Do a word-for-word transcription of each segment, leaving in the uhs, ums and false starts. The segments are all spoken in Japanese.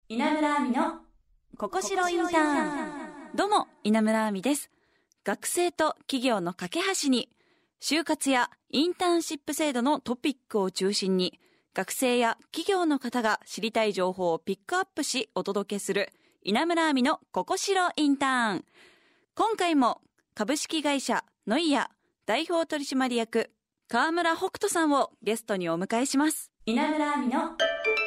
稲村亜美のここしろインターン。どうも稲村亜美です。学生と企業の架け橋に、就活やインターンシップ制度のトピックを中心に、学生や企業の方が知りたい情報をピックアップしお届けする稲村亜美のここしろインターン。今回も株式会社ノイア代表取締役川村北斗さんをゲストにお迎えします。稲村亜美の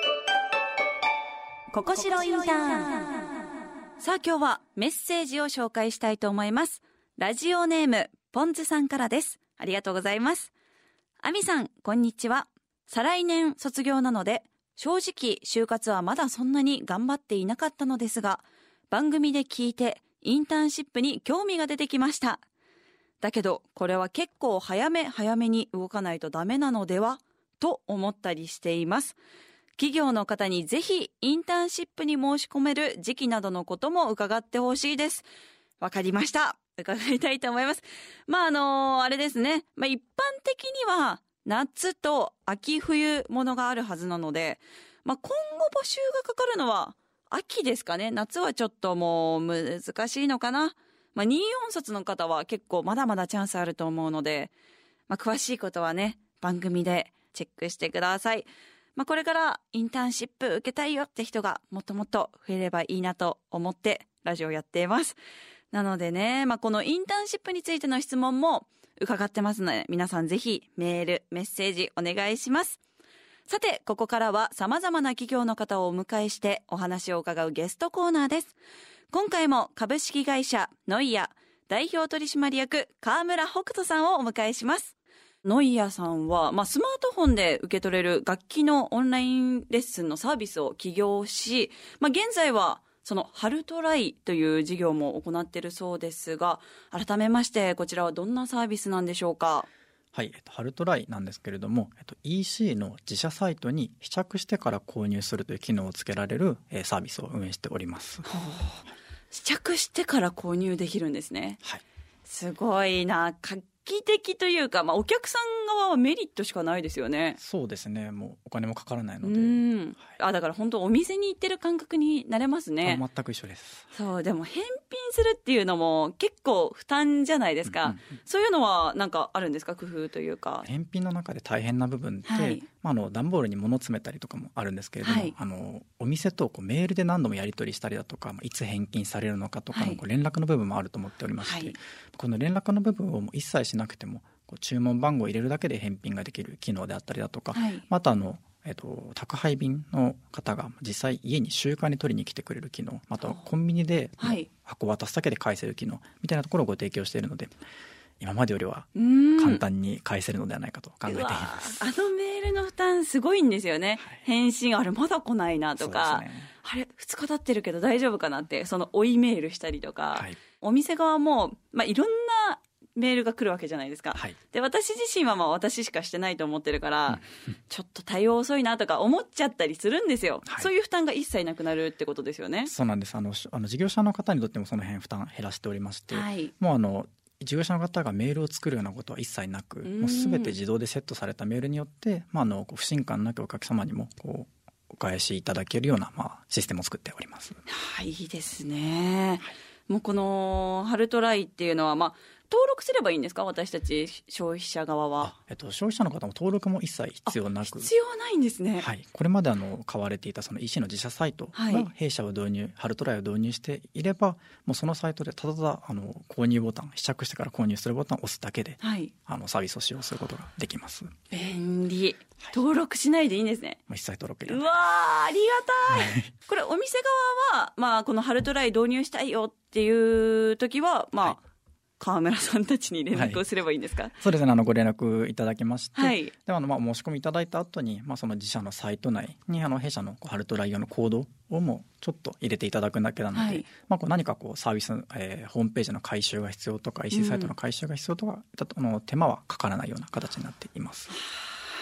ここしろインターン。さあ今日はメッセージを紹介したいと思います。ラジオネームポンズさんからです。ありがとうございます。亜美さんこんにちは。再来年卒業なので正直就活はまだそんなに頑張っていなかったのですが、番組で聞いてインターンシップに興味が出てきました。だけどこれは結構早め早めに動かないとダメなのではと思ったりしています。企業の方にぜひインターンシップに申し込める時期などのことも伺ってほしいです。わかりました。伺いたいと思います。まああのあれですね、まあ、一般的には夏と秋冬ものがあるはずなので、まあ、今後募集がかかるのは秋ですかね。夏はちょっともう難しいのかな。まあ、にじゅうよん卒の方は結構まだまだチャンスあると思うので、まあ、詳しいことはね番組でチェックしてください。まあ、これからインターンシップ受けたいよって人がもっともっと増えればいいなと思ってラジオやっています。なのでね、まあ、このインターンシップについての質問も伺ってますので、皆さんぜひメールメッセージお願いします。さてここからは様々な企業の方をお迎えしてお話を伺うゲストコーナーです。今回も株式会社ノイア代表取締役川村北斗さんをお迎えします。ノイアさんは、まあ、スマートフォンで受け取れる楽器のオンラインレッスンのサービスを起業し、まあ、現在はその春トライという事業も行っているそうですが、改めましてこちらはどんなサービスなんでしょうか。 はい、えっと、春トライなんですけれども、えっと、イーシー の自社サイトに試着してから購入するという機能をつけられる、えー、サービスを運営しております。はあ、試着してから購入できるんですね。 はい、 すごいな。画期的というか、まあ、お客さん側はメリットしかないですよね。 そうですね。もうお金もかからないので。 うん、はい、 あだから本当お店に行ってる感覚になれますね。 全く一緒です。 そうでも返品するっていうのも結構負担じゃないですか、うんうんうん、そういうのは何かあるんですか、工夫というか。 返品の中で大変な部分って、はい、まあ、あの段ボールに物詰めたりとかもあるんですけれども、はい、あのお店とこうメールで何度もやり取りしたりだとか、いつ返金されるのかとかのこう連絡の部分もあると思っておりまして、はい、この連絡の部分をもう一切しなくてもこう注文番号を入れるだけで返品ができる機能であったりだとか、はい、またあのえっと、宅配便の方が実際家に集荷に取りに来てくれる機能、またコンビニで箱渡すだけで返せる機能みたいなところをご提供しているので、今までよりは簡単に返せるのではないかと考えています。 あのメールの負担すごいんですよね、はい、返信あれまだ来ないなとか、ね、あれふつか経ってるけど大丈夫かなって、その追いメールしたりとか、はい、お店側も、まあ、いろんなメールが来るわけじゃないですか、はい、で私自身はまあ私しかしてないと思ってるからちょっと対応遅いなとか思っちゃったりするんですよ、はい、そういう負担が一切なくなるってことですよね。 そうなんです。あのあの事業者の方にとってもその辺負担減らしておりまして、はい、もうあの事業者の方がメールを作るようなことは一切なく、もう全て自動でセットされたメールによって、まあ、あの不信感なくお客様にもこうお返しいただけるような、まあ、システムを作っております。 はい、いいですね、はい、もうこの春トライっていうのは、まあ登録すればいいんですか、私たち消費者側は。 えっと、消費者の方も登録も一切必要なく。 必要ないんですね。 はい、これまであの買われていたその イーシー の自社サイトが弊社を導入、はい、春トライを導入していれば、もうそのサイトでただただあの購入ボタン、試着してから購入するボタンを押すだけで、はい、あのサービスを使用することができます。 便利、はい、登録しないでいいんですね。 もう一切登録いらない。 うわー、ありがたい、はい、これお店側は、まあ、この春トライ導入したいよっていう時は、まあ、はい、川村さんたちに連絡をすればいいんですか。はい、 そうですね、あのご連絡いただきまして、はい、であの、まあ、申し込みいただいた後に、まあ、その自社のサイト内にあの弊社の春トライ用のコードをもうちょっと入れていただくだけなので、はい、まあ、こう何かこうサービス、えー、ホームページの改修が必要とか イーシー サイトの改修が必要とか、うん、あの手間はかからないような形になっています。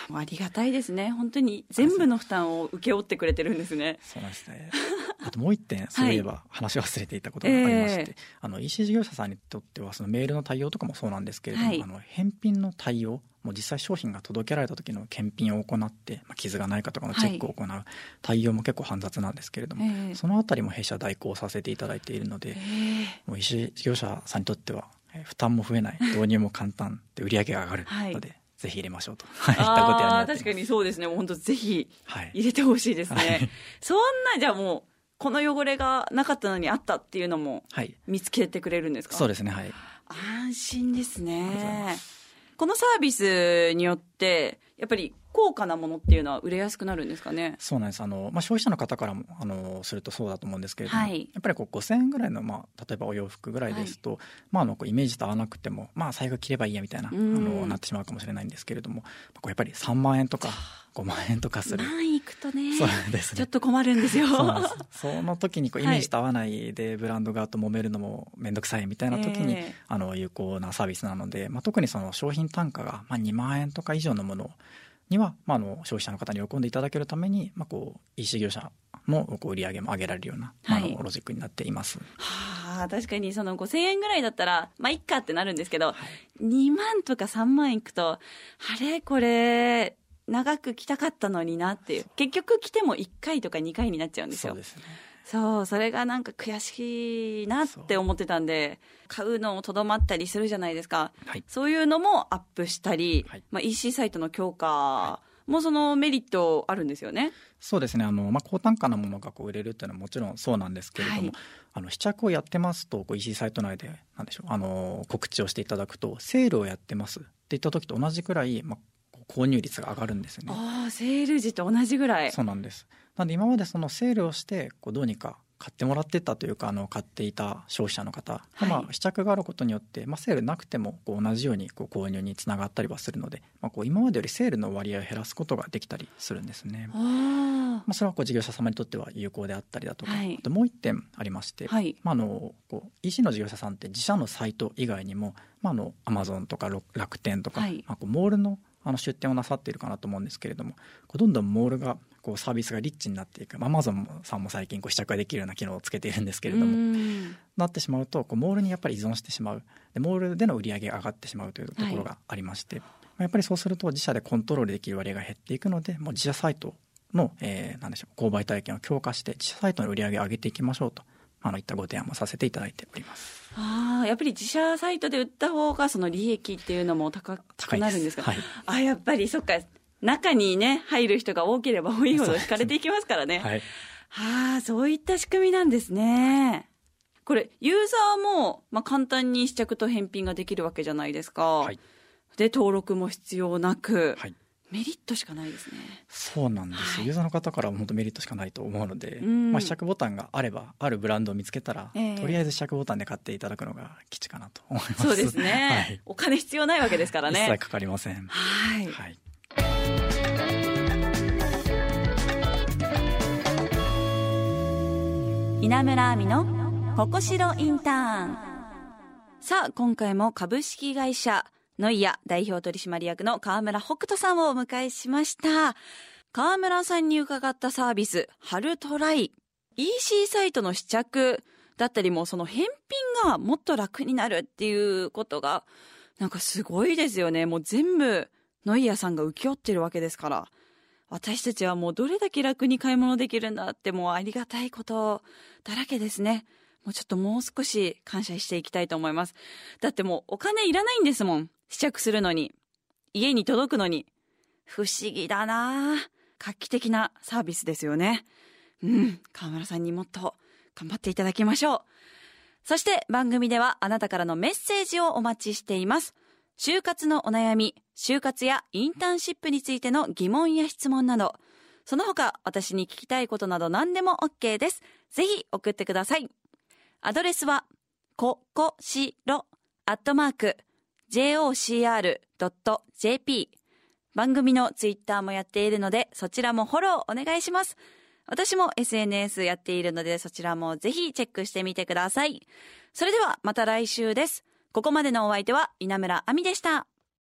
ありがたいですね。本当に全部の負担を請け負ってくれてるんですね。 そうなんですね。あともう一点、そういえば話話忘れていたことがありまして、はい、あの イーシー 事業者さんにとってはそのメールの対応とかもそうなんですけれども、はい、あの返品の対応もう実際商品が届けられた時の検品を行って、まあ、傷がないかとかのチェックを行う対応も結構煩雑なんですけれども、はい、そのあたりも弊社代行させていただいているので、もう イーシー 事業者さんにとっては負担も増えない、導入も簡単で売り上げが上がるので、はい、ぜひ入れましょうといったことや確かにそうですね。もう本当ぜひ入れてほしいですね、はい、そんなじゃあもうこの汚れがなかったのにあったっていうのも見つけてくれるんですか？ はい、そうですね、はい、 安心ですね。このサービスによってやっぱり高価なものっていうのは売れやすくなるんですかね？ そうなんです。あの、まあ、消費者の方からもあのするとそうだと思うんですけれども、はい、やっぱりこうごせんえんぐらいの、まあ、例えばお洋服ぐらいですと、はい、まあ、あのこうイメージと合わなくても、まあ、最後着ればいいやみたいな、あのなってしまうかもしれないんですけれども、こうやっぱりさんまんえんとかごまんえんとかする万いくとね、 そうですね、 ちょっと困るんですよ。 そうなんです。その時にこうイメージと合わないでブランド側と揉めるのもめんどくさいみたいな時に、えー、あの有効なサービスなので、まあ、特にその商品単価がまあにまんえんとか以上のものには、まあ、あの消費者の方に喜んでいただけるために、まあ、こう イーシー 業者のこう売り上げも上げられるような、はい、あのロジックになっています。 はあ、確かにそのごせんえんぐらいだったらまあいっかってなるんですけど、はい、にまんとかさんまんえんいくとあれこれ長く着たかったのになっていう、結局着てもいっかいとかにかいになっちゃうんですよ。 そうですね。 そう、それがなんか悔しいなって思ってたんで、買うのもとどまったりするじゃないですか、はい、そういうのもアップしたり、はい、まあ、イーシー サイトの強化もそのメリットあるんですよね。 そうですね。あの、まあ、高単価なものがこう売れるっていうのはもちろんそうなんですけれども、はい、あの試着をやってますとこう イーシー サイト内でなんでしょう、あの告知をしていただくとセールをやってますって言った時と同じくらい、まあ、購入率が上がるんですよね。 ああ、セール時と同じぐらい。 そうなんです。なので今までそのセールをしてこうどうにか買ってもらってたというか、あの買っていた消費者の方、はい、まあ、試着があることによって、まあ、セールなくてもこう同じようにこう購入につながったりはするので、まあ、こう今までよりセールの割合を減らすことができたりするんですね。あ、まあ、それはこう事業者様にとっては有効であったりだとか、はい、あともう一点ありまして、はい、まあ、あのこう イーシー の事業者さんって自社のサイト以外にも、まあ、あの Amazon とか楽天とか、はい、まあ、こうモールのあの出店をなさっているかなと思うんですけれども、こうどんどんモールがこうサービスがリッチになっていく、アマゾンさんも最近こう試着ができるような機能をつけているんですけれども、なってしまうとこうモールにやっぱり依存してしまう、でモールでの売り上げが上がってしまうというところがありまして、はい、やっぱりそうすると自社でコントロールできる割合が減っていくので、もう自社サイトの、えー、なんでしょう、購買体験を強化して自社サイトの売り上げを上げていきましょうと、あのいったご提案もさせていただいております。 あ、やっぱり自社サイトで売った方がその利益っていうのも高くなるんですか？はい、あ、やっぱりそっか、中にね入る人が多ければ多いほど引かれていきますからね。はい、はあ、そういった仕組みなんですね。これユーザーも、まあ、簡単に試着と返品ができるわけじゃないですか。はい、で登録も必要なく、はい、メリットしかないですね。 そうなんです、はい、ユーザーの方からは本当メリットしかないと思うので、まあ、試着ボタンがあればあるブランドを見つけたら、えー、とりあえず試着ボタンで買っていただくのが吉かなと思います。 そうですね、はい、お金必要ないわけですからね。 一切かかりません。 はい、はい、稲村亜美のココシロインターン。さあ、今回も株式会社ノイア代表取締役の川村北斗さんをお迎えしました。川村さんに伺ったサービス、春トライ イーシー サイトの試着だったりも、その返品がもっと楽になるっていうことがなんかすごいですよね。もう全部ノイアさんが請け負ってるわけですから、私たちはもうどれだけ楽に買い物できるんだって、もうありがたいことだらけですね。もうちょっともう少し感謝していきたいと思います。だってもうお金いらないんですもん、試着するのに、家に届くのに。不思議だな、画期的なサービスですよね。うん、川村さんにもっと頑張っていただきましょう。そして番組ではあなたからのメッセージをお待ちしています。就活のお悩み、就活やインターンシップについての疑問や質問など、その他私に聞きたいことなど何でも OK です。ぜひ送ってください。アドレスはここしろアットマーク ジェイオーシーアールドットジェーピー。 番組のツイッターもやっているので、そちらもフォローお願いします。私も エスエヌエス やっているので、そちらもぜひチェックしてみてください。それではまた来週です。ここまでのお相手は稲村亜美でした。